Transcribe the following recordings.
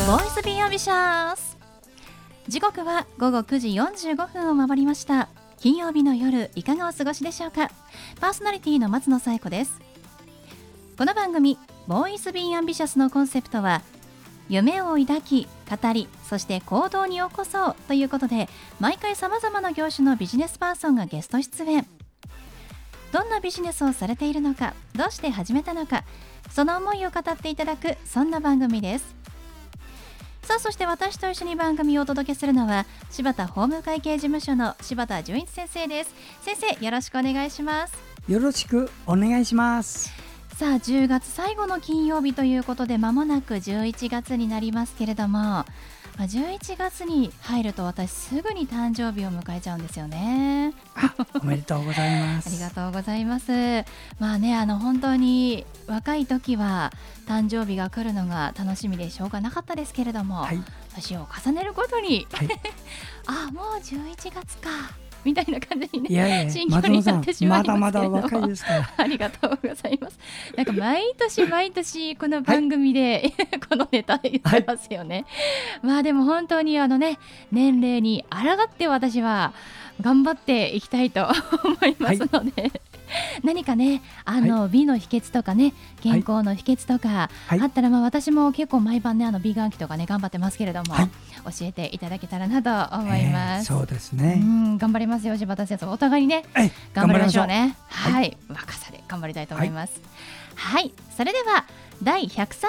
ボイスビーアンビシャス。時刻は午後9時45分を回りました。金曜日の夜いかがお過ごしでしょうか。パーソナリティの松野紗友子です。この番組ボイスビーアンビシャスのコンセプトは、夢を抱き語り、そして行動に起こそうということで、毎回さまざまな業種のビジネスパーソンがゲスト出演。どんなビジネスをされているのか、どうして始めたのか、その思いを語っていただく、そんな番組です。さあ、そして私と一緒に番組をお届けするのは、柴田法務会計事務所の柴田純一先生です。先生、よろしくお願いします。 よろしくお願いします。 さあ、10月最後の金曜日ということで、間もなく11月になりますけれども、11月に入ると私すぐに誕生日を迎えちゃうんですよね。 おめでとうございます。 ありがとうございます。本当に若い時は誕生日が来るのが楽しみでしょうがなかったですけれども、年を重ねるごとに、もう11月かみたいな感じにね、心境になってしまいますけれども、 まだ若いですからありがとうございます。なんか毎年この番組で、このネタ言ってますよね。でも本当に年齢に抗って私は頑張っていきたいと思いますので、何かね、美の秘訣とかね、健康の秘訣とかあったら、私も結構毎晩ね、美顔器とかね頑張ってますけれども、教えていただけたらなと思います。 そうですね。 頑張りますよ、柴田先生。お互いにね、頑張りましょうね。若さで頑張りたいと思います。それでは第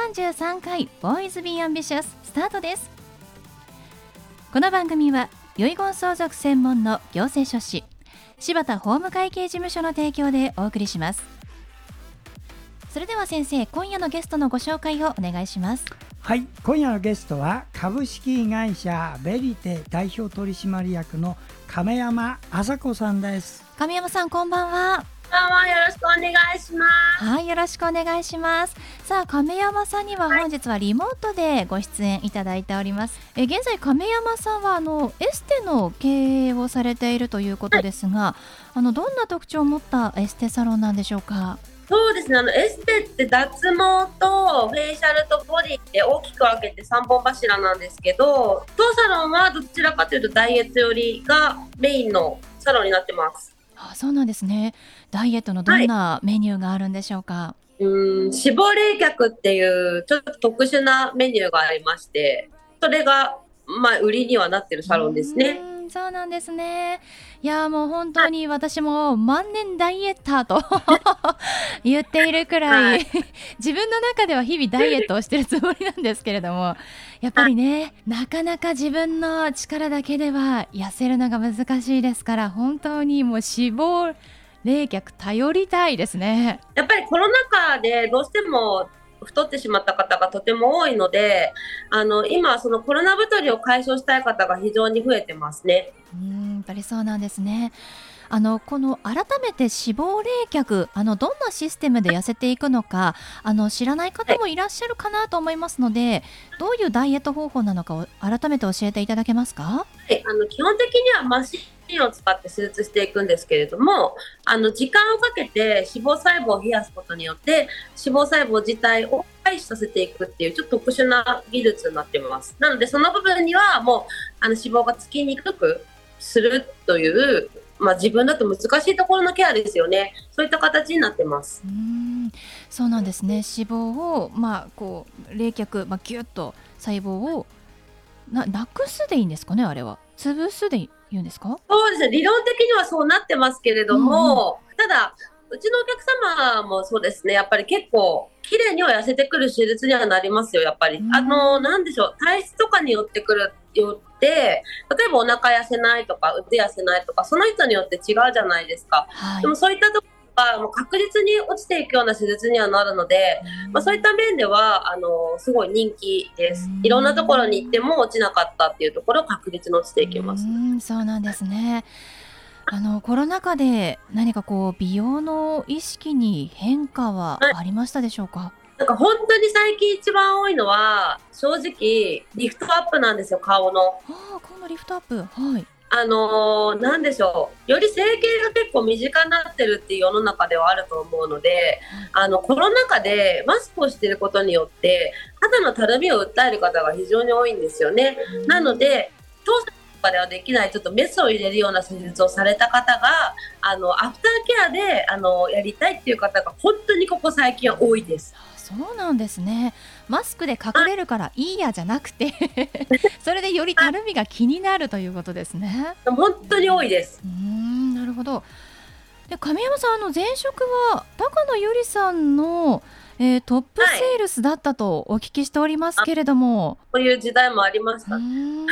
133回ボーイズビーアンビシャススタートです。この番組は遺言相続専門の行政書士柴田法務会計事務所の提供でお送りします。それでは先生、今夜のゲストのご紹介をお願いします。 今夜のゲストは株式会社ベリテ代表取締役の亀山麻子さんです。 亀山さん、こんばんは。 よろしくお願いします。 よろしくお願いします。さあ、亀山さんには本日はリモートでご出演いただいております。現在亀山さんはエステの経営をされているということですが、どんな特徴を持ったエステサロンなんでしょうか。 そうですね、エステって脱毛とフェイシャルとボディって大きく分けて3本柱なんですけど、当サロンはどちらかというとダイエット寄りがメインのサロンになってます。 そうなんですね。ダイエットのどんなメニューがあるんでしょうか。 脂肪冷却っていうちょっと特殊なメニューがありまして、それが売りにはなってるサロンですね。 そうなんですね。いや、もう本当に私も万年ダイエッターと言っているくらい、自分の中では日々ダイエットをしてるつもりなんですけれども、やっぱりね、なかなか自分の力だけでは痩せるのが難しいですから、本当にもう脂肪冷却頼りたいですね。 やっぱりコロナ禍でどうしても太ってしまった方がとても多いので、今そのコロナ太りを解消したい方が非常に増えてますね。 やっぱりそうなんですね。この改めて脂肪冷却、どんなシステムで痩せていくのか、知らない方もいらっしゃるかなと思いますので、どういうダイエット方法なのかを改めて教えていただけますか。 基本的にはマシンを使って手術していくんですけれども、時間をかけて脂肪細胞を冷やすことによって脂肪細胞自体を回避させていくっていうちょっと特殊な技術になっています。なのでその部分にはもう脂肪がつきにくくするという、自分だと難しいところのケアですよね。そういった形になってます。 そうなんですね。脂肪をこう冷却、ギュッと細胞をなくすでいいんですかね。あれは潰すで言うんですか。 そうですね、理論的にはそうなってますけれども、ただうちのお客様もそうですね、やっぱり結構綺麗には痩せてくる手術にはなりますよ。やっぱりなんでしょう、体質とかによって例えばお腹痩せないとか腕痩せないとか、その人によって違うじゃないですか。でもそういったところがもう確実に落ちていくような手術にはなるので、そういった面ではすごい人気です。いろんなところに行っても落ちなかったっていうところ確実に落ちていきます。 そうなんですね。コロナ禍で何か美容の意識に変化はありましたでしょうか。 なんか本当に最近一番多いのは正直リフトアップなんですよ。顔の顔のリフトアップ。 なんでしょう、より整形が結構身近になってるっていう世の中ではあると思うので、コロナ禍でマスクをしていることによって肌のたるみを訴える方が非常に多いんですよね。なので当社とかではできないちょっとメスを入れるような施術をされた方がアフターケアでやりたいっていう方が本当にここ最近は多いです。 そうなんですね。マスクで隠れるからいいやじゃなくてそれでよりたるみが気になるということですね。 本当に多いです。 なるほど。で亀山さん、前職は高野由里さんの、トップセールスだったとお聞きしておりますけれども、 そういう時代もありました。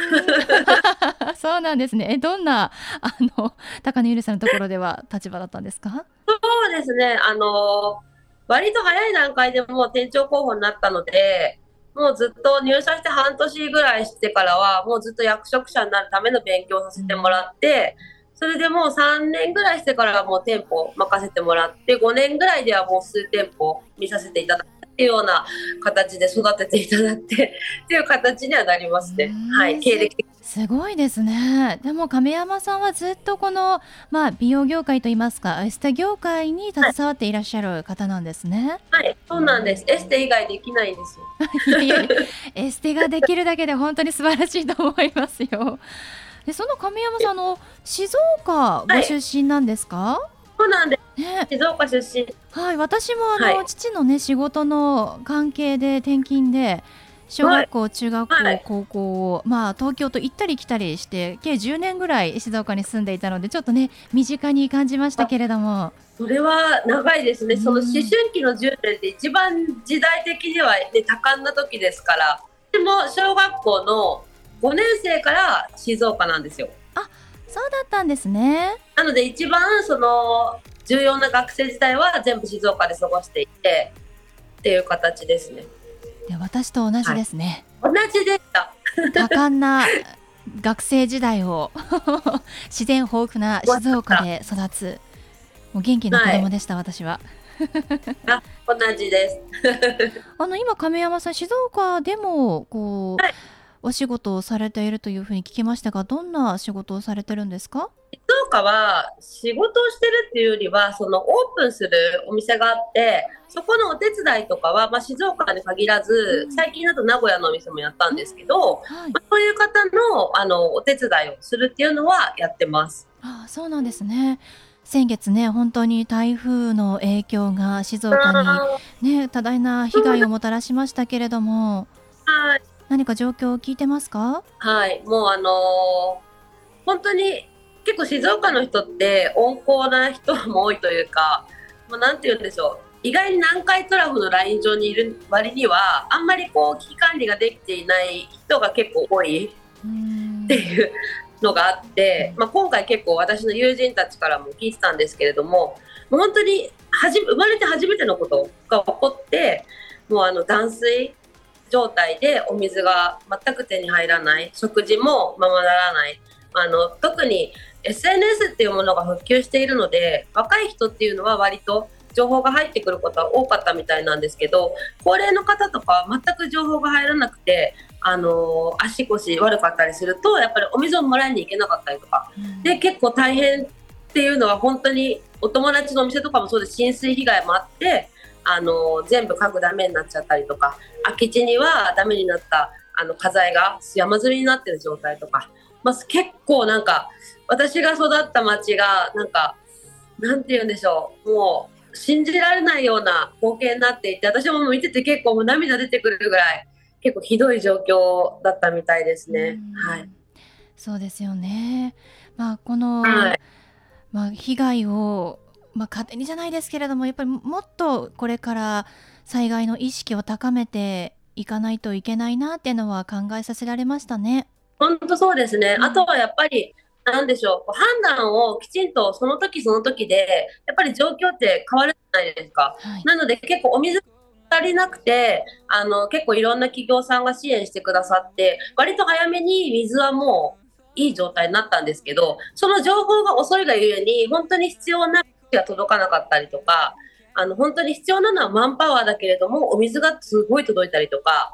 そうなんですね。どんな高野由里さんのところでは立場だったんですか？ そうですね、割と早い段階でもう店長候補になったので、もうずっと入社して半年ぐらいしてからはもうずっと役職者になるための勉強をさせてもらって、それでもう3年ぐらいしてからはもう店舗任せてもらって、5年ぐらいではもう数店舗見させていただくっていうような形で育てていただいてっていう形にはなりますね。はい、経歴すごいですね。でも亀山さんはずっとこの、美容業界といいますかエステ業界に携わっていらっしゃる方なんですね。 はい、そうなんです。エステ以外できないんですよ。 いやいやエステができるだけで本当に素晴らしいと思いますよ。でその亀山さん静岡ご出身なんですか？はい、 そうなんです、ね、静岡出身。 はい、私も父のね仕事の関係で転勤で小学校、中学校、高校を、東京と行ったり来たりして計10年ぐらい静岡に住んでいたのでちょっとね身近に感じましたけれども。 それは長いですね。その思春期の10年って一番時代的には、ね、多感な時ですから。でも小学校の5年生から静岡なんですよ。 あ、そうだったんですね。 なので一番その重要な学生時代は全部静岡で過ごしていてっていう形ですね。 で私と同じですね。 はい、同じでした。 多感な学生時代を自然豊富な静岡で育つもう元気な子供でした、私は。 同じです今亀山さん静岡でもお仕事をされているというふうに聞きましたが、どんな仕事をされてるんですか？ 静岡は仕事をしてるっていうよりはそのオープンするお店があって、そこのお手伝いとかは、静岡に限らず、最近だと名古屋のお店もやったんですけど、そういう方の、お手伝いをするっていうのはやってます。 そうなんですね。先月ね本当に台風の影響が静岡に、多大な被害をもたらしましたけれども、何か状況を聞いてますか？ はい、もう本当に結構静岡の人って温厚な人も多いというか、なんて言うんでしょう、意外に南海トラフのライン上にいる割にはあんまり危機管理ができていない人が結構多いっていうのがあって、今回結構私の友人たちからも聞いてたんですけれども、もう本当に生まれて初めてのことが起こって、もう断水状態でお水が全く手に入らない、食事もままならない、特に SNS っていうものが普及しているので、若い人っていうのは割と情報が入ってくることは多かったみたいなんですけど、高齢の方とかは全く情報が入らなくて、足腰悪かったりするとやっぱりお水をもらいに行けなかったりとか、で結構大変っていうのは、本当にお友達のお店とかもそうです。浸水被害もあって全部家具ダメになっちゃったりとか、空き地にはダメになった家財が山積みになってる状態とか、結構私が育った町がなんて言うんでしょう、もう信じられないような光景になっていて、私も見てて結構もう涙出てくるぐらい結構ひどい状況だったみたいですね。はい、 そうですよね。この、被害を勝手にじゃないですけれども、やっぱりもっとこれから災害の意識を高めていかないといけないなっていうのは考えさせられましたね。 本当そうですね。あとはやっぱりなんでしょう、判断をきちんとその時その時でやっぱり状況って変わるじゃないですか。なので結構お水足りなくて結構いろんな企業さんが支援してくださって、割と早めに水はもういい状態になったんですけど、その情報が遅いがゆえに本当に必要なが届かなかったりとか、本当に必要なのはマンパワーだけれどもお水がすごい届いたりとか、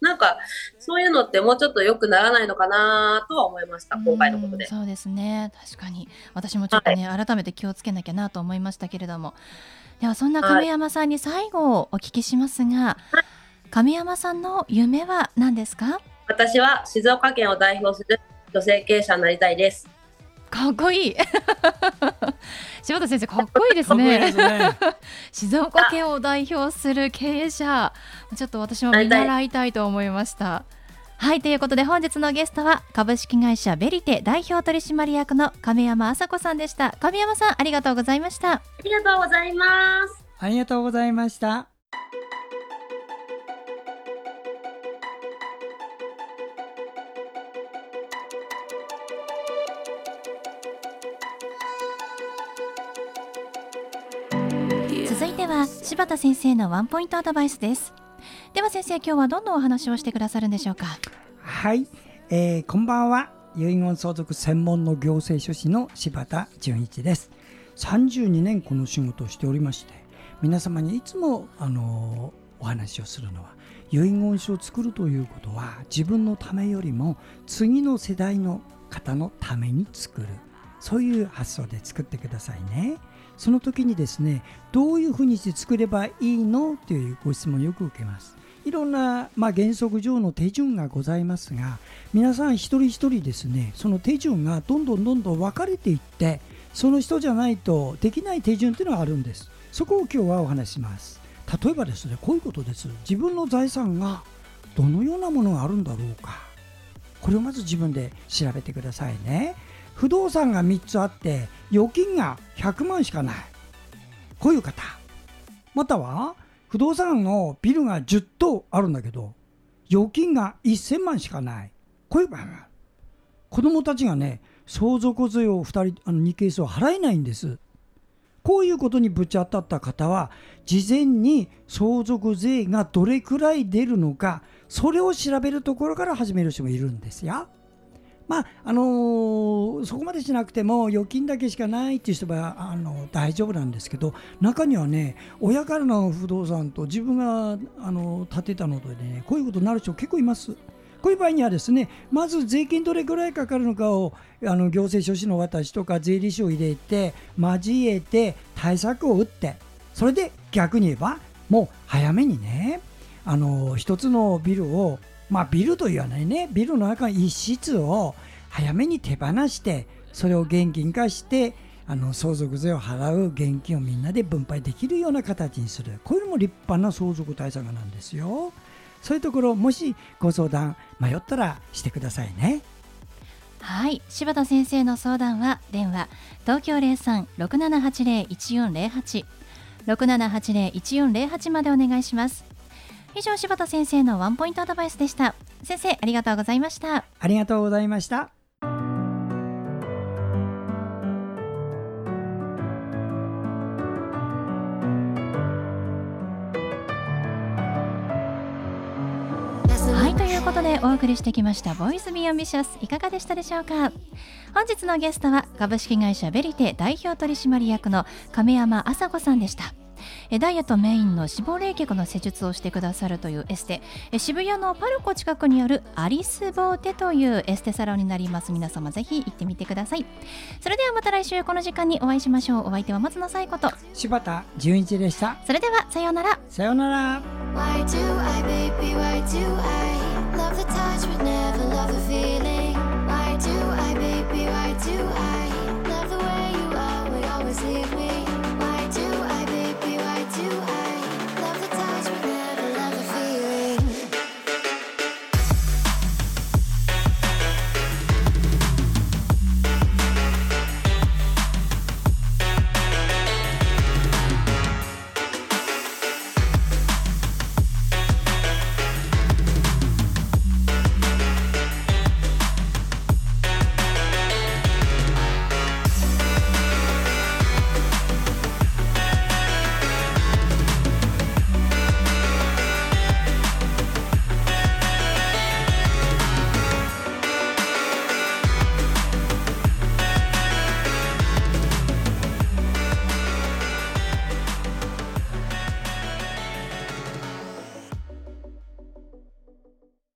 なんかそういうのってもうちょっと良くならないのかなとは思いました、今回のことで。 そうですね、確かに私もちょっとね、改めて気をつけなきゃなと思いましたけれども、ではそんな亀山さんに最後お聞きしますが、亀山さんの夢は何ですか？ 私は静岡県を代表する女性経営者になりたいです。 かっこいい柴田先生、かっこいいですね。 かっこいいですね静岡県を代表する経営者、ちょっと私も見習いたいと思いました。はい、ということで本日のゲストは株式会社ベリテ代表取締役の亀山麻子さんでした。亀山さん、ありがとうございました。 ありがとうございます。 ありがとうございました。 続いては柴田先生のワンポイントアドバイスです。では先生、今日はどんなお話をしてくださるんでしょうか？ はい、こんばんは。遺言相続専門の行政書士の柴田純一です。32年この仕事をしておりまして、皆様にいつもお話をするのは、遺言書を作るということは自分のためよりも次の世代の方のために作る、そういう発想で作ってくださいね。その時にですね、どういうふうにして作ればいいのというご質問をよく受けます。いろんな、原則上の手順がございますが、皆さん一人一人ですね、その手順がどんどん分かれていって、その人じゃないとできない手順というのがあるんです。そこを今日はお話しします。例えばですね、こういうことです。自分の財産がどのようなものがあるんだろうか、これをまず自分で調べてくださいね。不動産が3つあって預金が100万しかない、こういう方、または不動産のビルが10棟あるんだけど預金が1000万しかない、こういう場合は子どもたちがね、相続税を2ケースを払えないんです。こういうことにぶち当たった方は、事前に相続税がどれくらい出るのか、それを調べるところから始める人もいるんですよ。そこまでしなくても預金だけしかないっていう人は大丈夫なんですけど、中にはね、親からの不動産と自分が建てたのでね、こういうことになる人結構います。こういう場合にはですね、まず税金どれくらいかかるのかを行政書士の私とか税理士を入れて交えて対策を打って、それで逆に言えばもう早めにね、一つのビルを、ビルと言わないね、ビルの中の一室を早めに手放して、それを現金化して相続税を払う現金をみんなで分配できるような形にする、こういうのも立派な相続対策なんですよ。そういうところ、もしご相談迷ったらしてくださいね。 はい、柴田先生の相談は電話東京 03-6780-1408 6780-1408 までお願いします。以上、柴田先生のワンポイントアドバイスでした。先生、ありがとうございました。 ありがとうございました。 はい、ということでお送りしてきましたボイスビーアンビシャス、いかがでしたでしょうか？本日のゲストは株式会社ベリテ代表取締役の亀山麻子さんでした。ダイエットメインの脂肪冷却の施術をしてくださるというエステ、渋谷のパルコ近くにあるアリスボーテというエステサロンになります。皆様ぜひ行ってみてください。それではまた来週この時間にお会いしましょう。お相手は松野紗友子と柴田純一でした。 それではさようなら。 さようなら。 Why do I, baby, why do I